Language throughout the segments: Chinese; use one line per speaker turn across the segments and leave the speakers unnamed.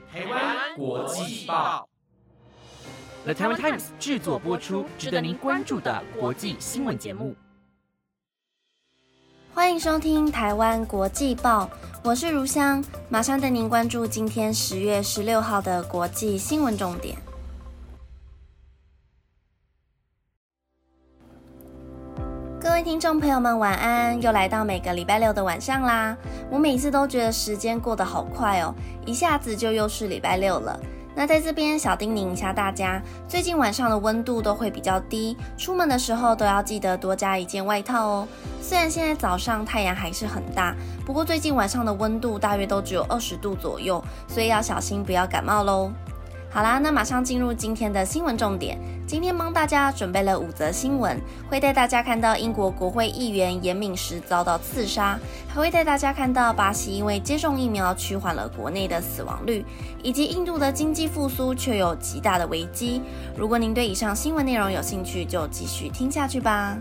台湾国际报
The Taiwan Times 制作播出，值得您关注的国际新闻节目。
欢迎收听台湾国际报，我是如香，马上带您关注今天10月16号的国际新闻重点。各位听众朋友们晚安，又来到每个礼拜六的晚上啦。我每次都觉得时间过得好快哦，一下子就又是礼拜六了。那在这边小叮咛一下大家，最近晚上的温度都会比较低，出门的时候都要记得多加一件外套哦。虽然现在早上太阳还是很大，不过最近晚上的温度大约都只有20度左右，所以要小心不要感冒咯。好啦，那马上进入今天的新闻重点。今天帮大家准备了5则新闻，会带大家看到英国国会议员严敏时遭到刺杀，还会带大家看到巴西因为接种疫苗趋缓了国内的死亡率，以及印度的经济复苏却有极大的危机。如果您对以上新闻内容有兴趣，就继续听下去吧。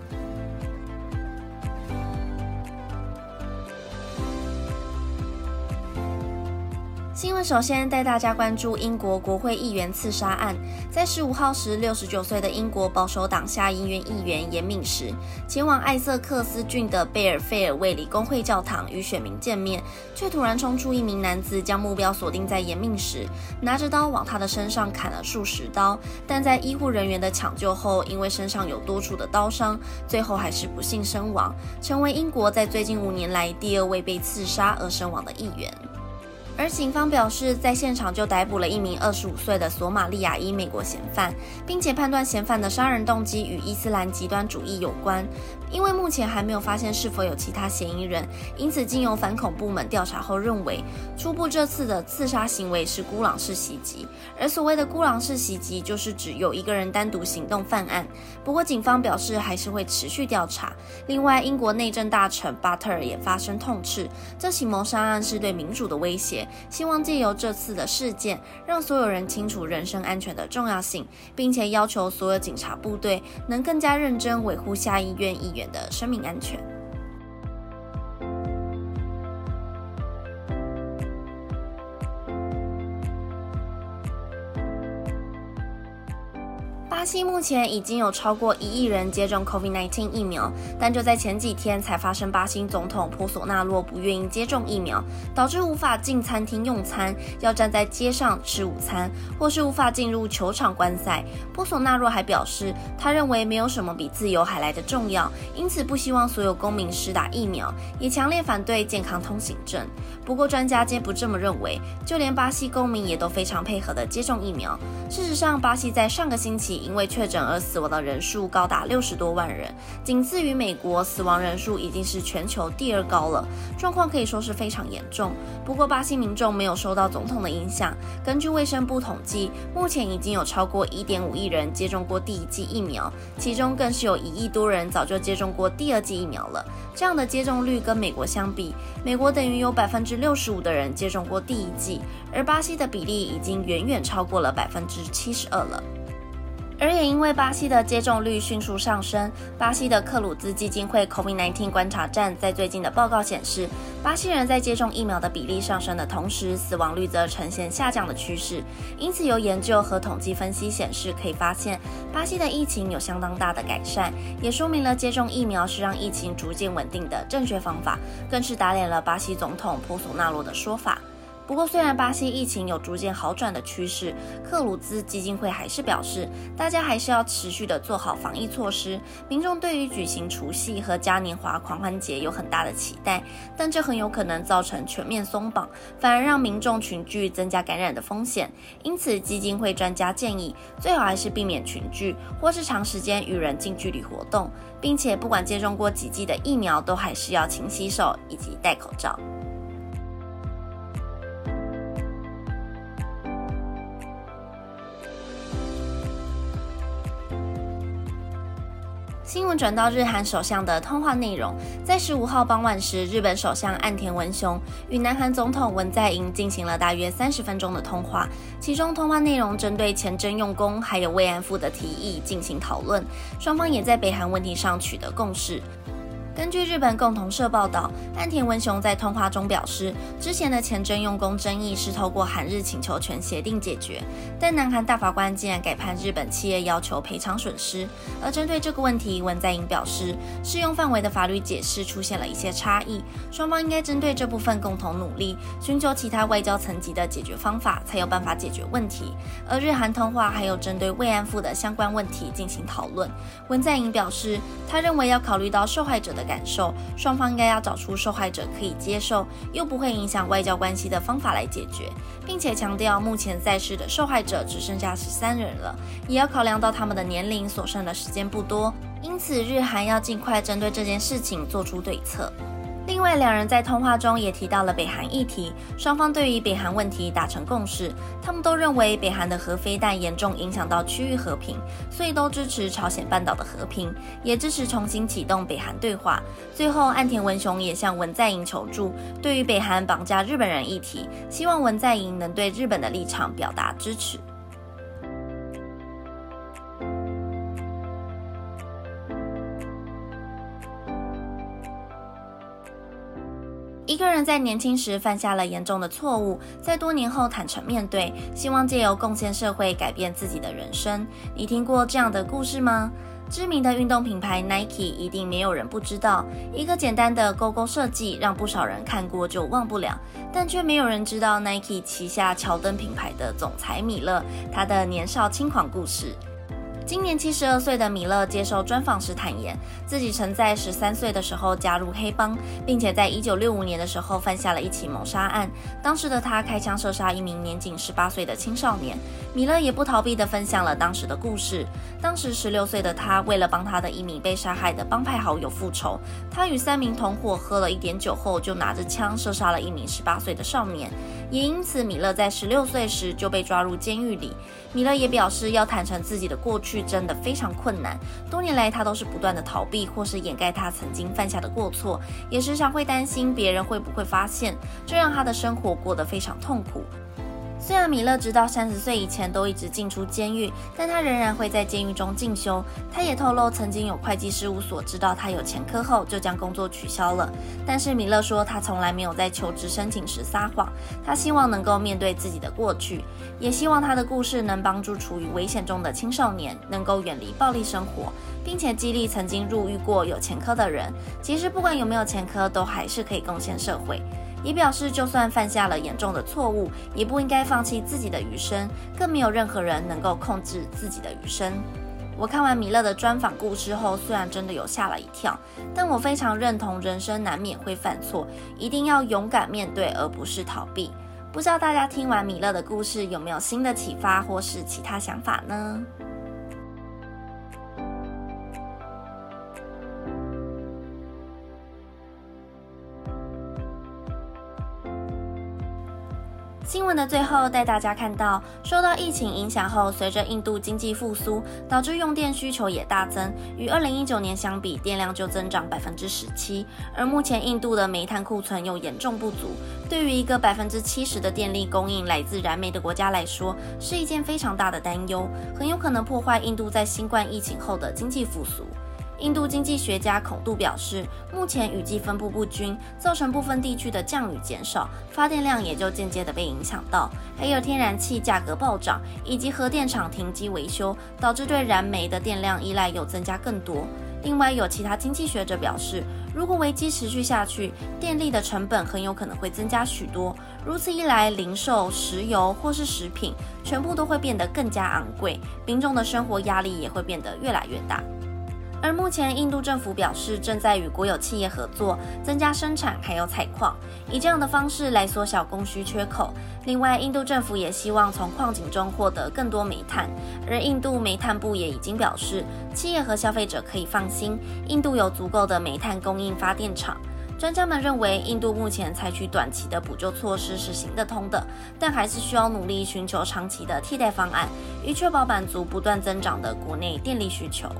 新闻首先带大家关注英国国会议员刺杀案。在15号时，69岁的英国保守党下议院议员严敏时，前往艾瑟克斯郡的贝尔费尔卫理公会教堂与选民见面，却突然冲出一名男子，将目标锁定在严敏时，拿着刀往他的身上砍了数十刀，但在医护人员的抢救后，因为身上有多处的刀伤，最后还是不幸身亡，成为英国在最近5年来第2位被刺杀而身亡的议员。而警方表示，在现场就逮捕了一名25岁的索马利亚裔美国嫌犯，并且判断嫌犯的杀人动机与伊斯兰极端主义有关。因为目前还没有发现是否有其他嫌疑人，因此经由反恐部门调查后认为，初步这次的刺杀行为是孤狼式袭击。而所谓的孤狼式袭击，就是指有一个人单独行动犯案。不过警方表示还是会持续调查。另外，英国内政大臣巴特尔也发声痛斥，这起谋杀案是对民主的威胁，希望借由这次的事件，让所有人清楚人身安全的重要性，并且要求所有警察部队能更加认真维护下议院议员的生命安全。巴西目前已经有超过1亿人接种 COVID-19 疫苗，但就在前几天才发生巴西总统波索纳洛不愿意接种疫苗，导致无法进餐厅用餐，要站在街上吃午餐，或是无法进入球场观赛。波索纳洛还表示，他认为没有什么比自由还来得重要，因此不希望所有公民施打疫苗，也强烈反对健康通行证。不过专家皆不这么认为，就连巴西公民也都非常配合的接种疫苗。事实上，巴西在上个星期因为确诊而死亡的人数高达60多万人，仅次于美国，死亡人数已经是全球第2高了，状况可以说是非常严重。不过巴西民众没有受到总统的影响，根据卫生部统计，目前已经有超过 1.5 亿人接种过第1剂疫苗，其中更是有1亿多人早就接种过第2剂疫苗了。这样的接种率跟美国相比，美国等于有 65% 的人接种过第1剂，而巴西的比例已经远远超过了 72% 了。而也因为巴西的接种率迅速上升，巴西的克鲁兹基金会 COVID-19 观察站在最近的报告显示，巴西人在接种疫苗的比例上升的同时，死亡率则呈现下降的趋势。因此有研究和统计分析显示，可以发现巴西的疫情有相当大的改善，也说明了接种疫苗是让疫情逐渐稳定的正确方法，更是打脸了巴西总统波索纳罗的说法。不过，虽然巴西疫情有逐渐好转的趋势，克鲁兹基金会还是表示，大家还是要持续的做好防疫措施。民众对于举行除夕和嘉年华狂欢节有很大的期待，但这很有可能造成全面松绑，反而让民众群聚，增加感染的风险。因此，基金会专家建议，最好还是避免群聚，或是长时间与人近距离活动，并且不管接种过几剂的疫苗，都还是要勤洗手以及戴口罩。新闻转到日韩首相的通话内容，在15号傍晚时，日本首相岸田文雄与南韩总统文在寅进行了大约30分钟的通话，其中通话内容针对前征用工还有慰安妇的提议进行讨论，双方也在北韩问题上取得共识。 根据日本共同社报道，岸田文雄在通话中表示，之前的前征用工争议是透过韩日请求权协定解决，但南韩大法官竟然改判日本企业要求赔偿损失。而针对这个问题，文在寅表示，适用范围的法律解释出现了一些差异，双方应该针对这部分共同努力，寻求其他外交层级的解决方法，才有办法解决问题。而日韩通话还有针对慰安妇的相关问题进行讨论。文在寅表示，他认为要考虑到受害者的感受，双方应该要找出受害者可以接受又不会影响外交关系的方法来解决，并且强调目前在世的受害者只剩下13人了，也要考量到他们的年龄，所剩的时间不多，因此日韩要尽快针对这件事情做出对策。另外，两人在通话中也提到了北韩议题，双方对于北韩问题达成共识，他们都认为北韩的核飞弹严重影响到区域和平，所以都支持朝鲜半岛的和平，也支持重新启动北韩对话。最后，岸田文雄也向文在寅求助，对于北韩绑架日本人议题，希望文在寅能对日本的立场表达支持。一个人在年轻时犯下了严重的错误，在多年后坦诚面对，希望借由贡献社会改变自己的人生。你听过这样的故事吗？知名的运动品牌 Nike 一定没有人不知道，一个简单的勾勾设计让不少人看过就忘不了，但却没有人知道 Nike 旗下乔丹品牌的总裁米勒，他的年少轻狂故事。今年72岁的米勒接受专访时坦言，自己曾在13岁的时候加入黑帮，并且在1965年的时候犯下了一起谋杀案。当时的他开枪射杀一名年仅18岁的青少年。米勒也不逃避地分享了当时的故事。当时16岁的他，为了帮他的一名被杀害的帮派好友复仇，他与3名同伙喝了一点酒后，就拿着枪射杀了一名18岁的少年。也因此，米勒在16岁时就被抓入监狱里。米勒也表示，要坦诚自己的过去真的非常困难，多年来他都是不断的逃避或是掩盖他曾经犯下的过错，也时常会担心别人会不会发现，这让他的生活过得非常痛苦。虽然米勒直到30岁以前都一直进出监狱，但他仍然会在监狱中进修。他也透露，曾经有会计事务所知道他有前科后，就将工作取消了。但是米勒说，他从来没有在求职申请时撒谎，他希望能够面对自己的过去，也希望他的故事能帮助处于危险中的青少年能够远离暴力生活，并且激励曾经入狱过有前科的人，其实不管有没有前科，都还是可以贡献社会。也表示，就算犯下了严重的错误，也不应该放弃自己的余生，更没有任何人能够控制自己的余生。我看完米勒的专访故事后，虽然真的有吓了一跳，但我非常认同人生难免会犯错，一定要勇敢面对，而不是逃避。不知道大家听完米勒的故事有没有新的启发或是其他想法呢？新闻的最后带大家看到，受到疫情影响后，随着印度经济复苏，导致用电需求也大增，与2019年相比，电量就增长17%。而目前印度的煤炭库存又严重不足，对于一个70%的电力供应来自燃煤的国家来说，是一件非常大的担忧，很有可能破坏印度在新冠疫情后的经济复苏。印度经济学家孔杜表示，目前雨季分布不均，造成部分地区的降雨减少，发电量也就间接的被影响到。还有天然气价格暴涨，以及核电厂停机维修，导致对燃煤的电量依赖又增加更多。另外，有其他经济学者表示，如果危机持续下去，电力的成本很有可能会增加许多。如此一来，零售、石油或是食品，全部都会变得更加昂贵，民众的生活压力也会变得越来越大。而目前，印度政府表示正在与国有企业合作，增加生产还有采矿，以这样的方式来缩小供需缺口。另外，印度政府也希望从矿井中获得更多煤炭，而印度煤炭部也已经表示，企业和消费者可以放心，印度有足够的煤炭供应发电厂。专家们认为，印度目前采取短期的补救措施是行得通的，但还是需要努力寻求长期的替代方案，以确保满足不断增长的国内电力需求。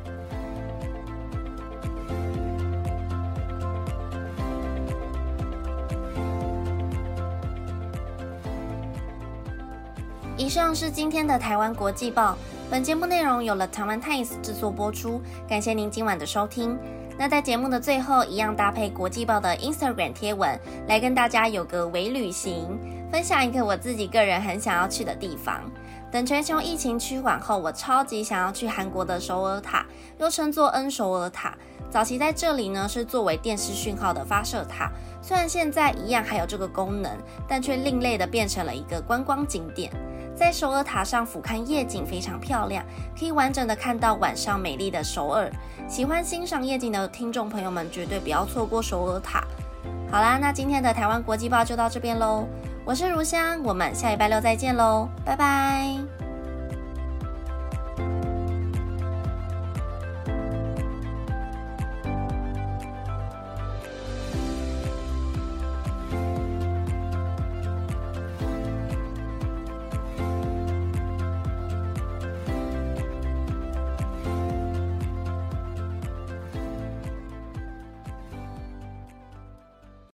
以上是今天的台湾国际报，本节目内容由了台湾 Times 制作播出，感谢您今晚的收听。 那在节目的最后，一样搭配国际报的 Instagram 贴文，来跟大家有个微旅行，分享一个我自己个人很想要去的地方。等全球疫情趋缓后，我超级想要去韩国的首尔塔，又称作恩首尔塔。早期在这里呢是作为电视讯号的发射塔，虽然现在一样还有这个功能，但却另类的变成了一个观光景点。在首尔塔上俯瞰夜景非常漂亮，可以完整的看到晚上美丽的首尔。喜欢欣赏夜景的听众朋友们绝对不要错过首尔塔。好啦，那今天的台湾国际报就到这边咯，我是如香，我们下礼拜六再见咯，拜拜。